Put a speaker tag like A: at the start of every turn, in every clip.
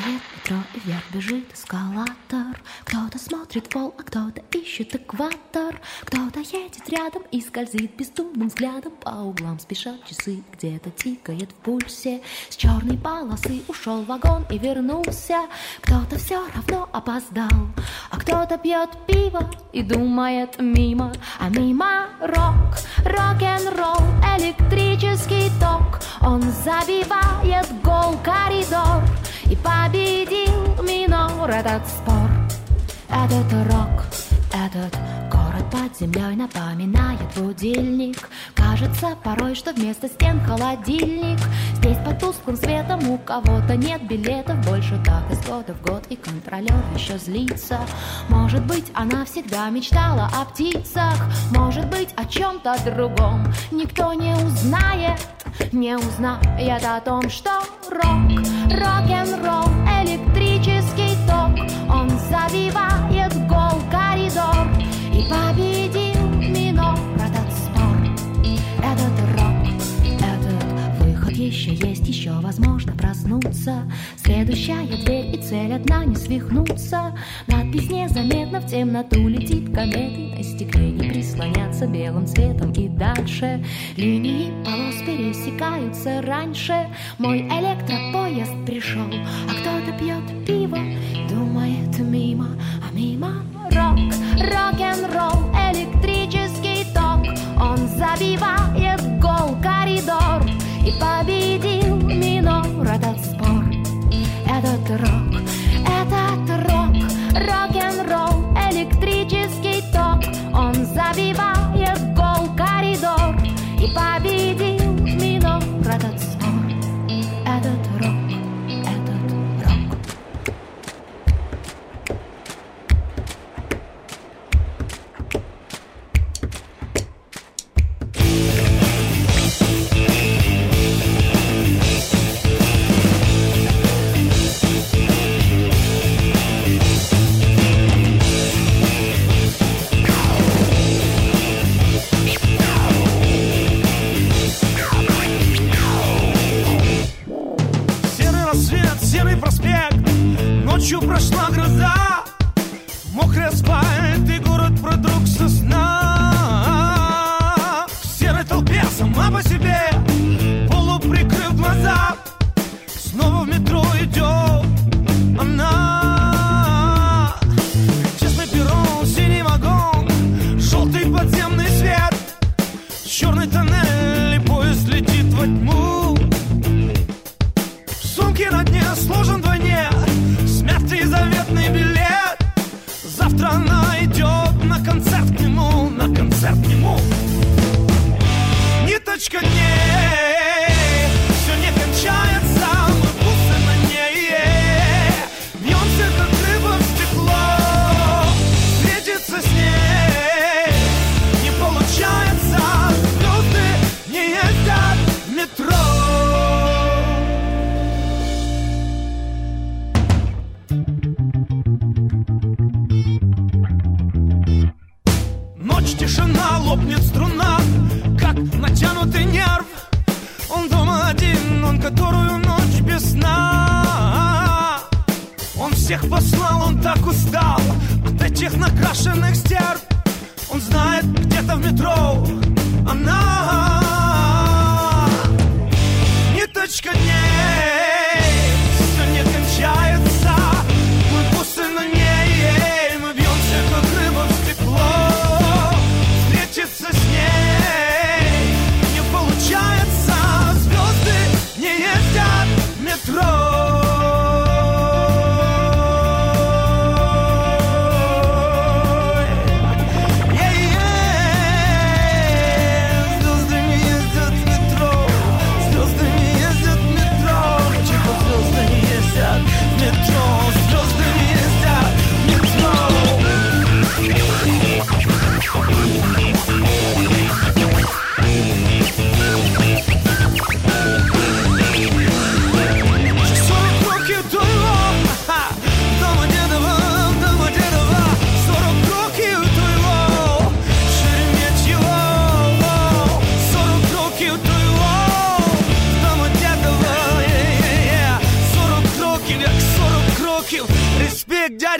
A: Минует метро и вверх бежит эскалатор. Кто-то смотрит в пол, а кто-то ищет экватор. Кто-то едет рядом и скользит бездумным взглядом. По углам спешат часы, где-то тикает в пульсе. С черной полосы ушел вагон и вернулся. Кто-то все равно опоздал, а кто-то пьет пиво и думает мимо. А мимо рок, рок-н-ролл, электрический ток. Он забивает гол коридор. И победил минор этот спор. Этот рок, этот город под землей напоминает будильник. Кажется порой, что вместо стен холодильник. Здесь под тусклым светом у кого-то нет билетов. Больше так из года в год, и контролер еще злится. Может быть, она всегда мечтала о птицах. Может быть, о чем-то другом. Никто не узнает, не узнает о том, что рок, рок-н-ролл, электрический ток. Он забивает гол коридор. И победил минор этот спор. Этот рок, этот выход еще есть, еще возможно проснуться. Следующая дверь и цель одна, не свихнуться. Надпись незаметно в темноту летит кометы. На стекле не прислонятся белым цветом. И дальше линии полос пересекаются раньше. Мой электропоезд пришел, а кто-то пьет пиво, думает мимо. А мимо рок, рок-н-ролл, электрический ток. Он забивает гол коридор. И победил минор этот спор. Этот рок, рок-н-ролл, электрический ток. Он забивает гол коридор. И победил минор этот спор. Этот рок, этот рок.
B: Ночью прошла гроза, мокрый асфальт и город продруг со сна. В серой толпе сама по себе, полуприкрыв глаза, снова в метро идет она. Честный перрон, синий вагон, желтый подземный свет, черный тоннель и поезд летит во тьму. В сумке на дне сложен вдвойне смятый заветный билет. Завтра она идет на концерт к нему, на концерт к нему. Ниточка дней, все не кончается, мы бусы на ней. Бьемся, как рыба в стекло, встретиться с ней не получается. Звезды не ездят в метро. Тишина, лопнет струна, как натянутый нерв. Он дома один, он которую ночь без сна. Он всех послал, он так устал от этих накрашенных стерв. Он знает, где-то в метро она. Ниточка дней, все не кончается, мы бусы на ней, мы бьемся, как рыба в стекло. Встретиться с ней не получается, звезды не ездят в метро.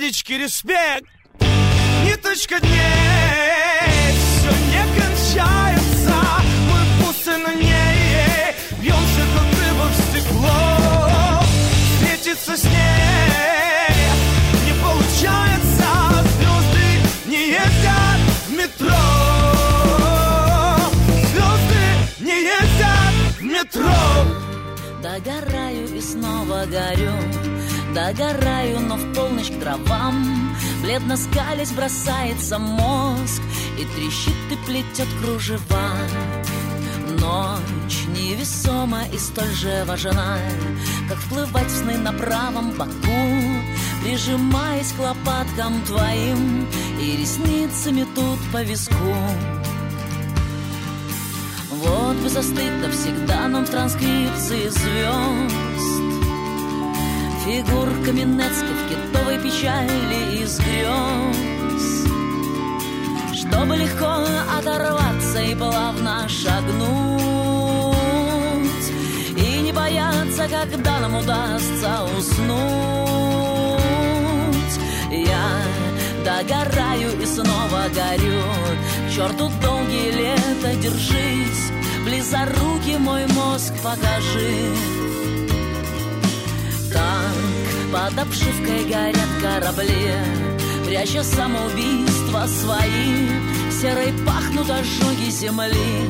B: водички, респект. Ниточка дней, все не кончается. Мы бусы на ней, бьемся, как рыба в стекло. Встретиться с ней не получается. Звезды не ездят в метро. Звезды не ездят в метро.
C: Догораю и снова горю, догораю, но в полночь к дровам. Бледно скалясь бросается мозг, и трещит и плетет кружева. Ночь невесома и столь же важна, как вплывать в сны на правом боку, прижимаясь к лопаткам твоим и ресницами тут по виску. Вот бы застыть навсегда нам в транскрипции звезд, фигурка Минецки в китовой печали из грез, чтобы легко оторваться и плавно шагнуть, и не бояться, когда нам удастся уснуть. Я догораю и снова горю, к черту долгие лета, держись, близорукий мой мозг покажи. Так под обшивкой горят корабли, пряча самоубийства свои, серой пахнут ожоги земли.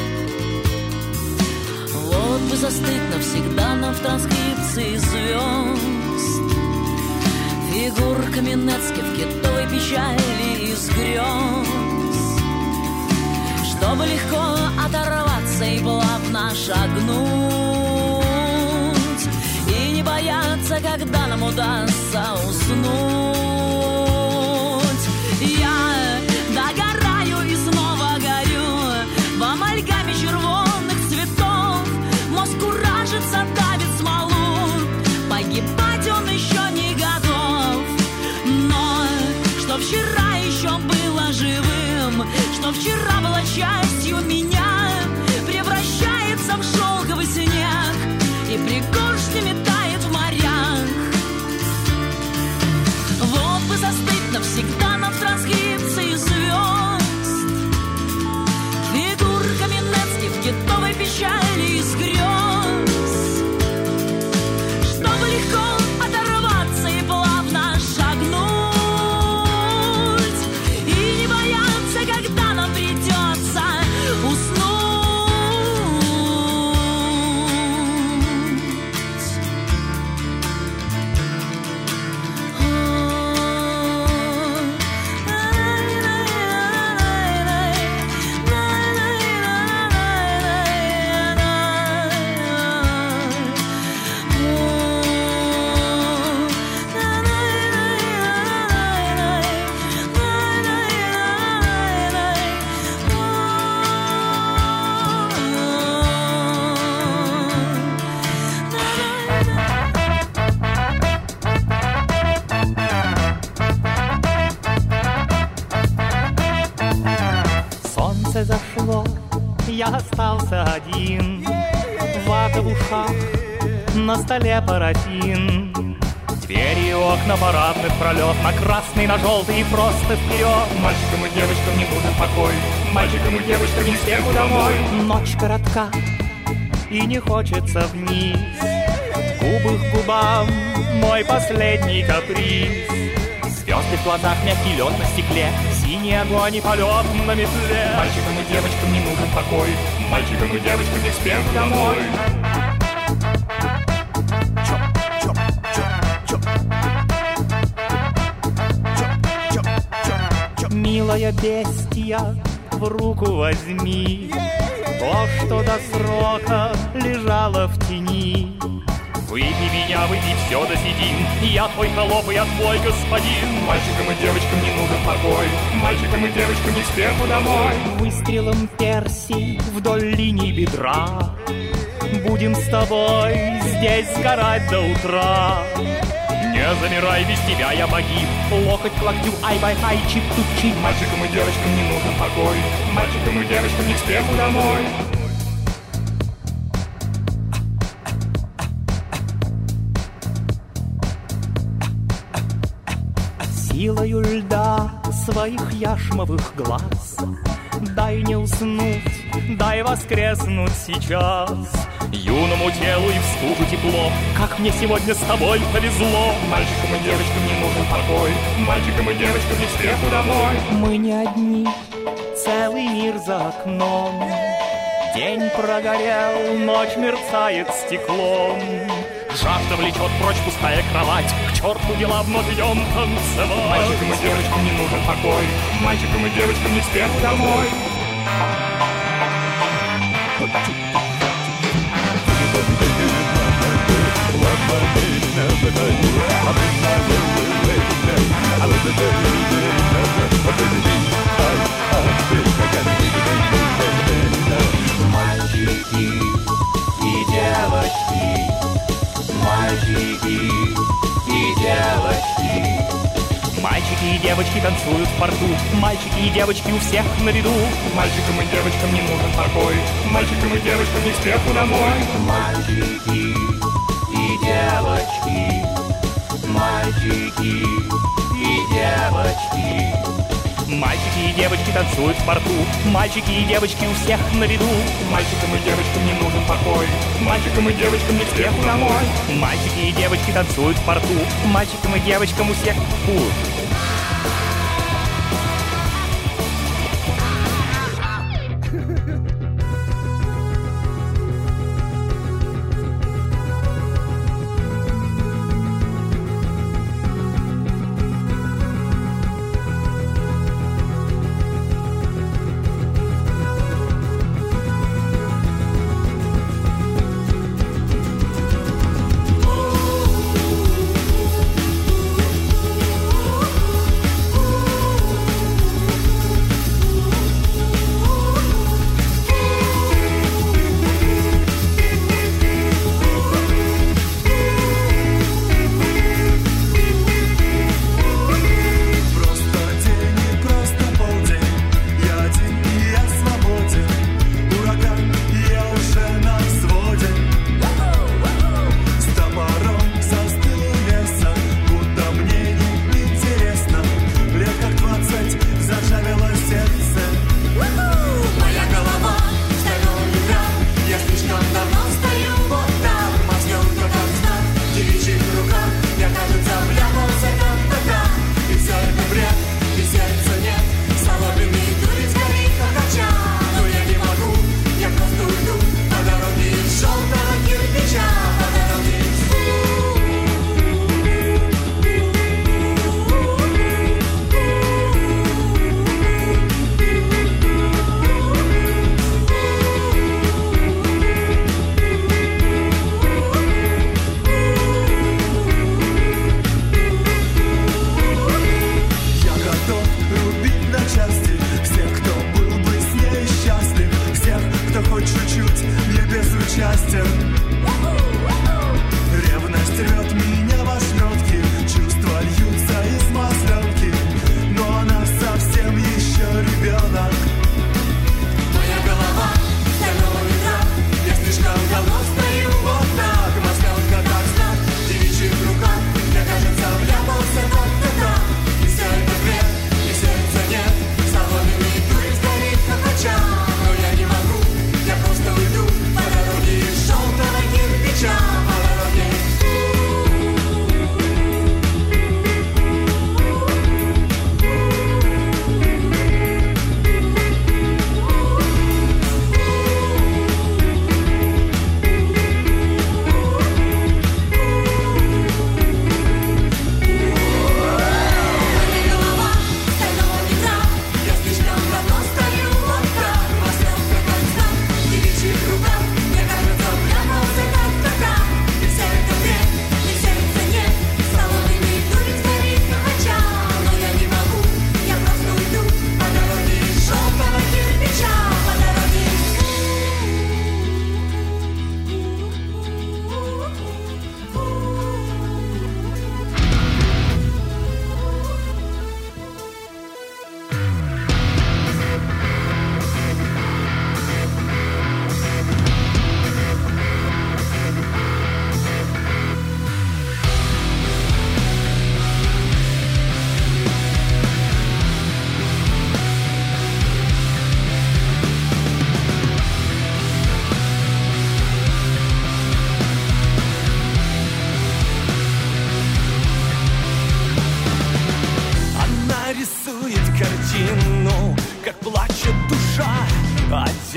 C: Вот бы застыть навсегда нам в транскрипции звезд, фигурка Минецки в китовой печали из грез, чтобы легко оторваться и плавно шагнуть, и не бояться, когда нам удастся уснуть. Я догораю и снова горю в амальгаме червонных цветов. Мозг куражится, давит смолу, погибать он еще не готов. Но что вчера еще было живым, что вчера была частью меня, превращается в шелковый снег и пригоршнями тает в морях. Вот бы застыть навсегда нам в транскрипции звезд, фигурка Минецки в китовой печали из грез, чтобы легко оторваться и плавно шагнуть, и не бояться, когда нам придется уснуть.
D: Солнце зашло, я остался один, вата в ушах, на столе парафин. Двери и окна парадных пролет, на красный, на желтый и просто вперед.
E: Мальчикам и девочкам не нужен покой, мальчикам и девочкам не сверху домой.
D: Ночь коротка, и не хочется вниз, губы к губам, мой последний каприз. Звезды в глазах, мягкий лед на стекле, синий огонь и полет на метле.
E: Мальчикам и девочкам не нужен покой, мальчикам и девочкам не сверху домой.
D: Милая бестия, в руку возьми то, что до срока лежало в тени. Выпей меня, выпей все до седин, я твой холоп, я твой господин.
E: Мальчикам и девочкам не нужен покой, мальчикам и девочкам не сверху домой.
D: Выстрелом перси вдоль линии бедра будем с тобой здесь сгорать до утра. Не замирай, без тебя я погиб, локоть к локтю, ай-бай-ай, чип-туп-чип.
E: Мальчикам и девочкам не нужен покой, мальчикам и девочкам не сверху домой.
D: твоих яшмовых глаз. Дай не уснуть, дай воскреснуть сейчас. Юному телу и в стужу тепло, как мне сегодня с тобой повезло.
E: Мальчикам и девочкам не нужен покой, мальчикам и девочкам не к спеху домой.
D: Мы не одни, целый мир за окном. День прогорел, ночь мерцает стеклом. Жажда влечет прочь пустая кровать, к черту дела, вновь идем танцевать.
E: Мальчикам и девочкам не нужен покой, мальчикам и девочкам не к спеху домой.
B: Мальчики и девочки, мальчики и девочки.
D: Мальчики и девочки танцуют в порту, мальчики и девочки у всех на виду.
E: Мальчикам и девочкам не нужен покой, мальчикам и девочкам не к спеху домой.
B: Мальчики и девочки, мальчики и девочки.
D: Мальчики и девочки танцуют в порту, мальчики и девочки у всех на виду.
E: Мальчикам и девочкам не нужен покой, мальчикам и девочкам не к спеху домой.
D: Мальчики и девочки танцуют в порту, мальчикам и девочкам у всех.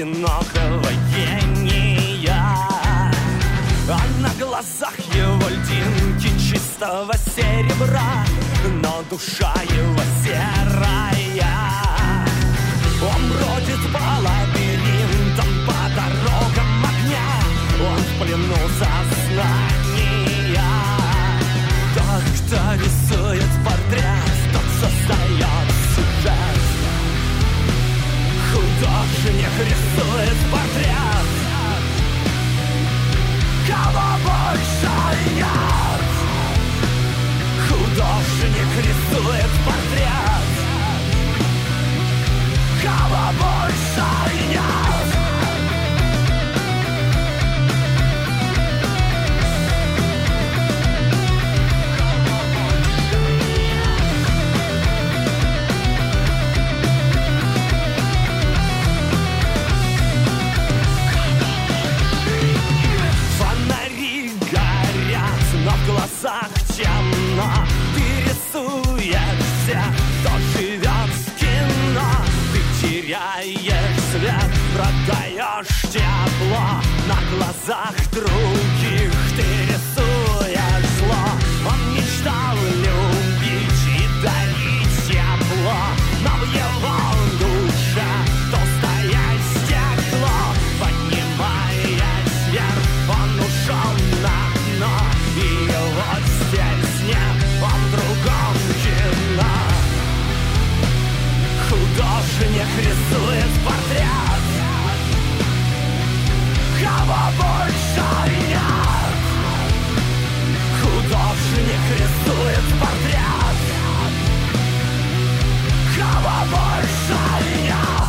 B: одинокого гения. А на глазах его льдинки чистого серебра, но душа его серая. Он бродит по лабиринтам, по дорогам огня, он в плену сознания. Тот, кто рисует портрет, тот создает сюжет. Художник рисует портрет, кого больше нет. Художник рисует портрет, кого больше нет. В глазах темно, ты рисуешься, кто живет в кино. Ты теряешь свет, продаешь тепло, на глазах других ты рисуешь зло. Он мечтал любить и дарить тепло, но в его душе толстое стекло. Поднимаясь вверх, он ушел на дно. И вот здесь нет, он в другом кино. Художник рисует портрет, кого больше нет. Художник рисует портрет, кого больше нет.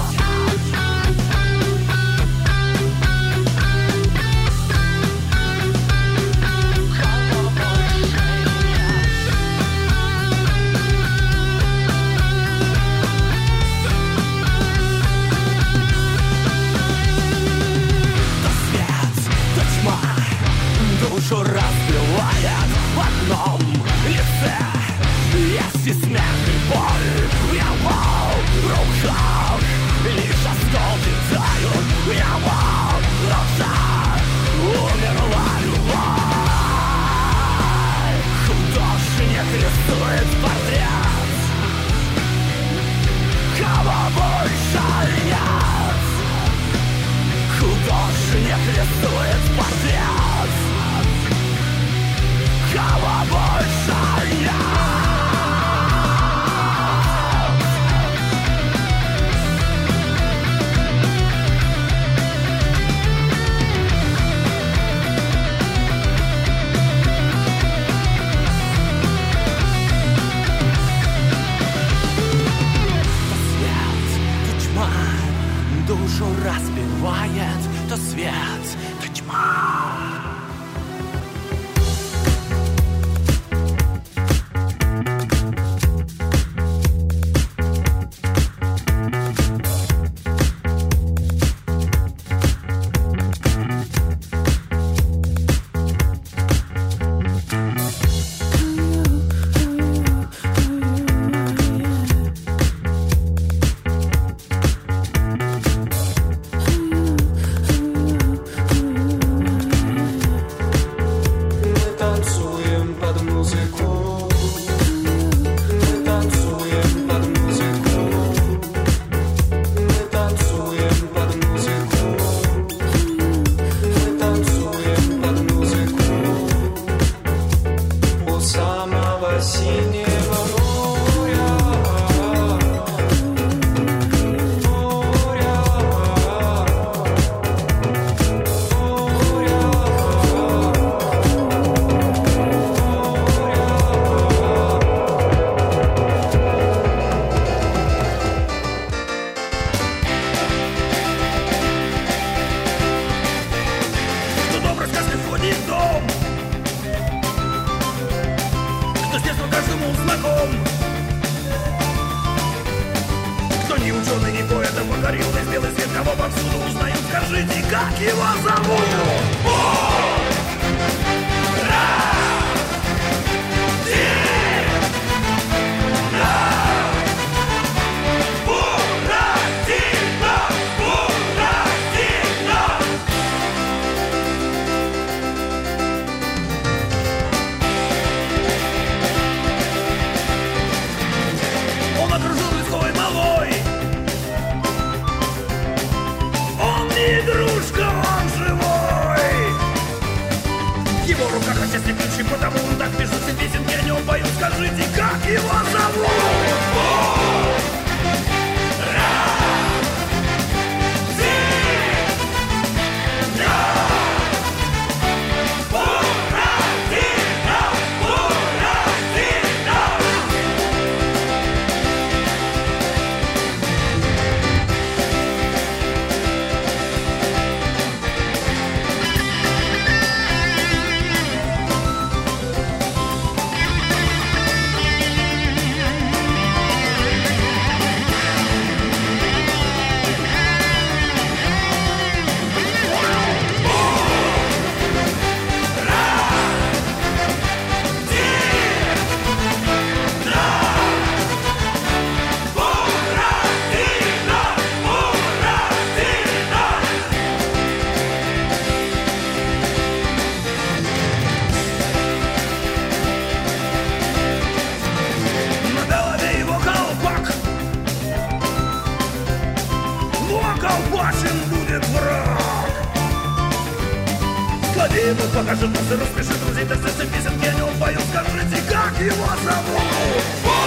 B: Душу разбивает в одном лице. Есть и смех, и боль в его руках. Лишь осколки тают в его глазах. Умерла любовь. Художник рисует портрет, кого больше нет. Художник рисует портрет, кого больше нет. То свет, то тьма, душу разбивает, то свет, то тьма. лучший, потому так пишутся песенки, о нем поют. Скажите, как его зовут? Покажет нас и распишет друзей, так сердце песенки о нем поют. Скажите, как его зовут?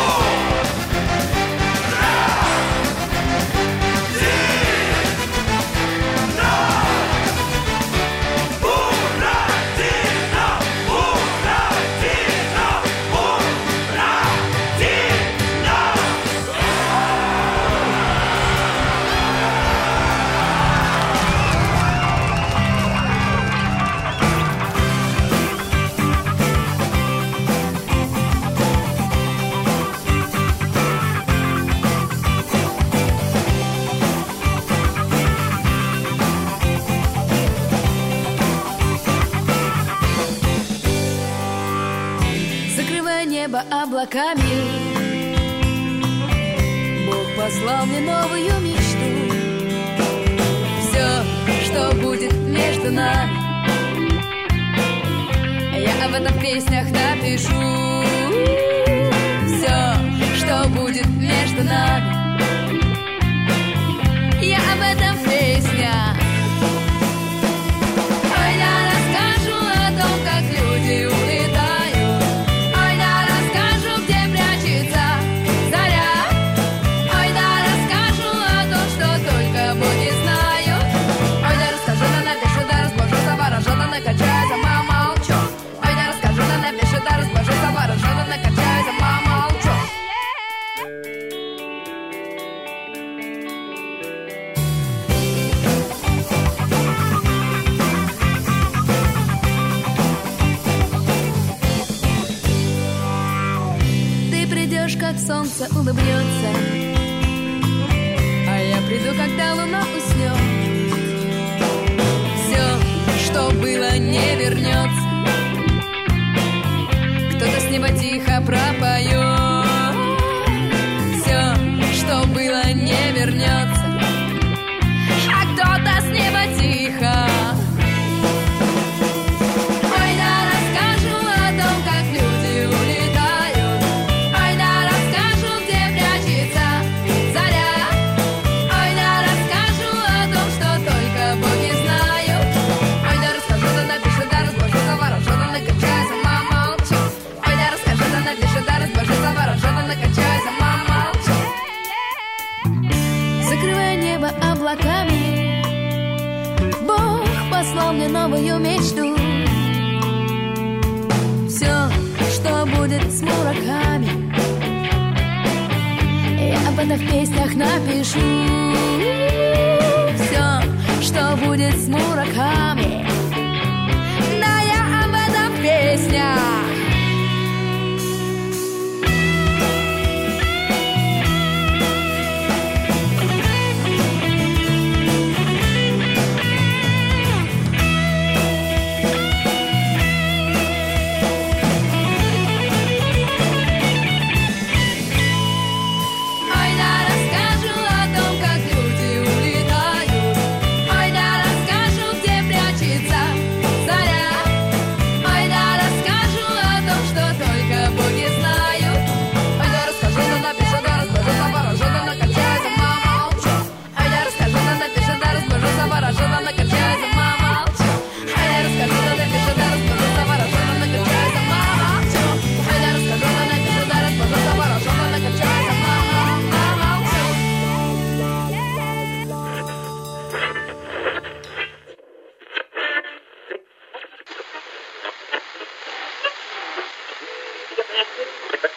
F: Облаками Бог послал мне новую мечту. Все, что будет между нами, я об этом в песнях напишу. Все, что будет между нами, я об этом в песнях. Ой, я расскажу о том, как люди улетают. Накачаю, сама молчу. Ой, я расскажу, да напишу, да расскажу, завороженно накачаю, сама молчу. Ты придешь, как солнце улыбнется, а я приду, когда луна уснет. Что было, не вернется. Кто-то с неба тихо пропоет. Все, что было, не вернется. А кто-то с неба тихо. Ой, да расскажу о том, как люди улетают. Ой, да расскажу, где прячется заря. Ой, да расскажу о том, что только боги знают. Напишу, да разложу, завороженно накачаю, сама молчу. Ой, да расскажу, да напишу, да разложу, завороженно накачаю, сама молчу. Закрывая небо облаками, Бог послал мне новую мечту. Все, что будет с Мураками, я об этом в песнях напишу. Все, что будет с Мураками, песня. Расскажу, где прячется
G: Здравствуйте.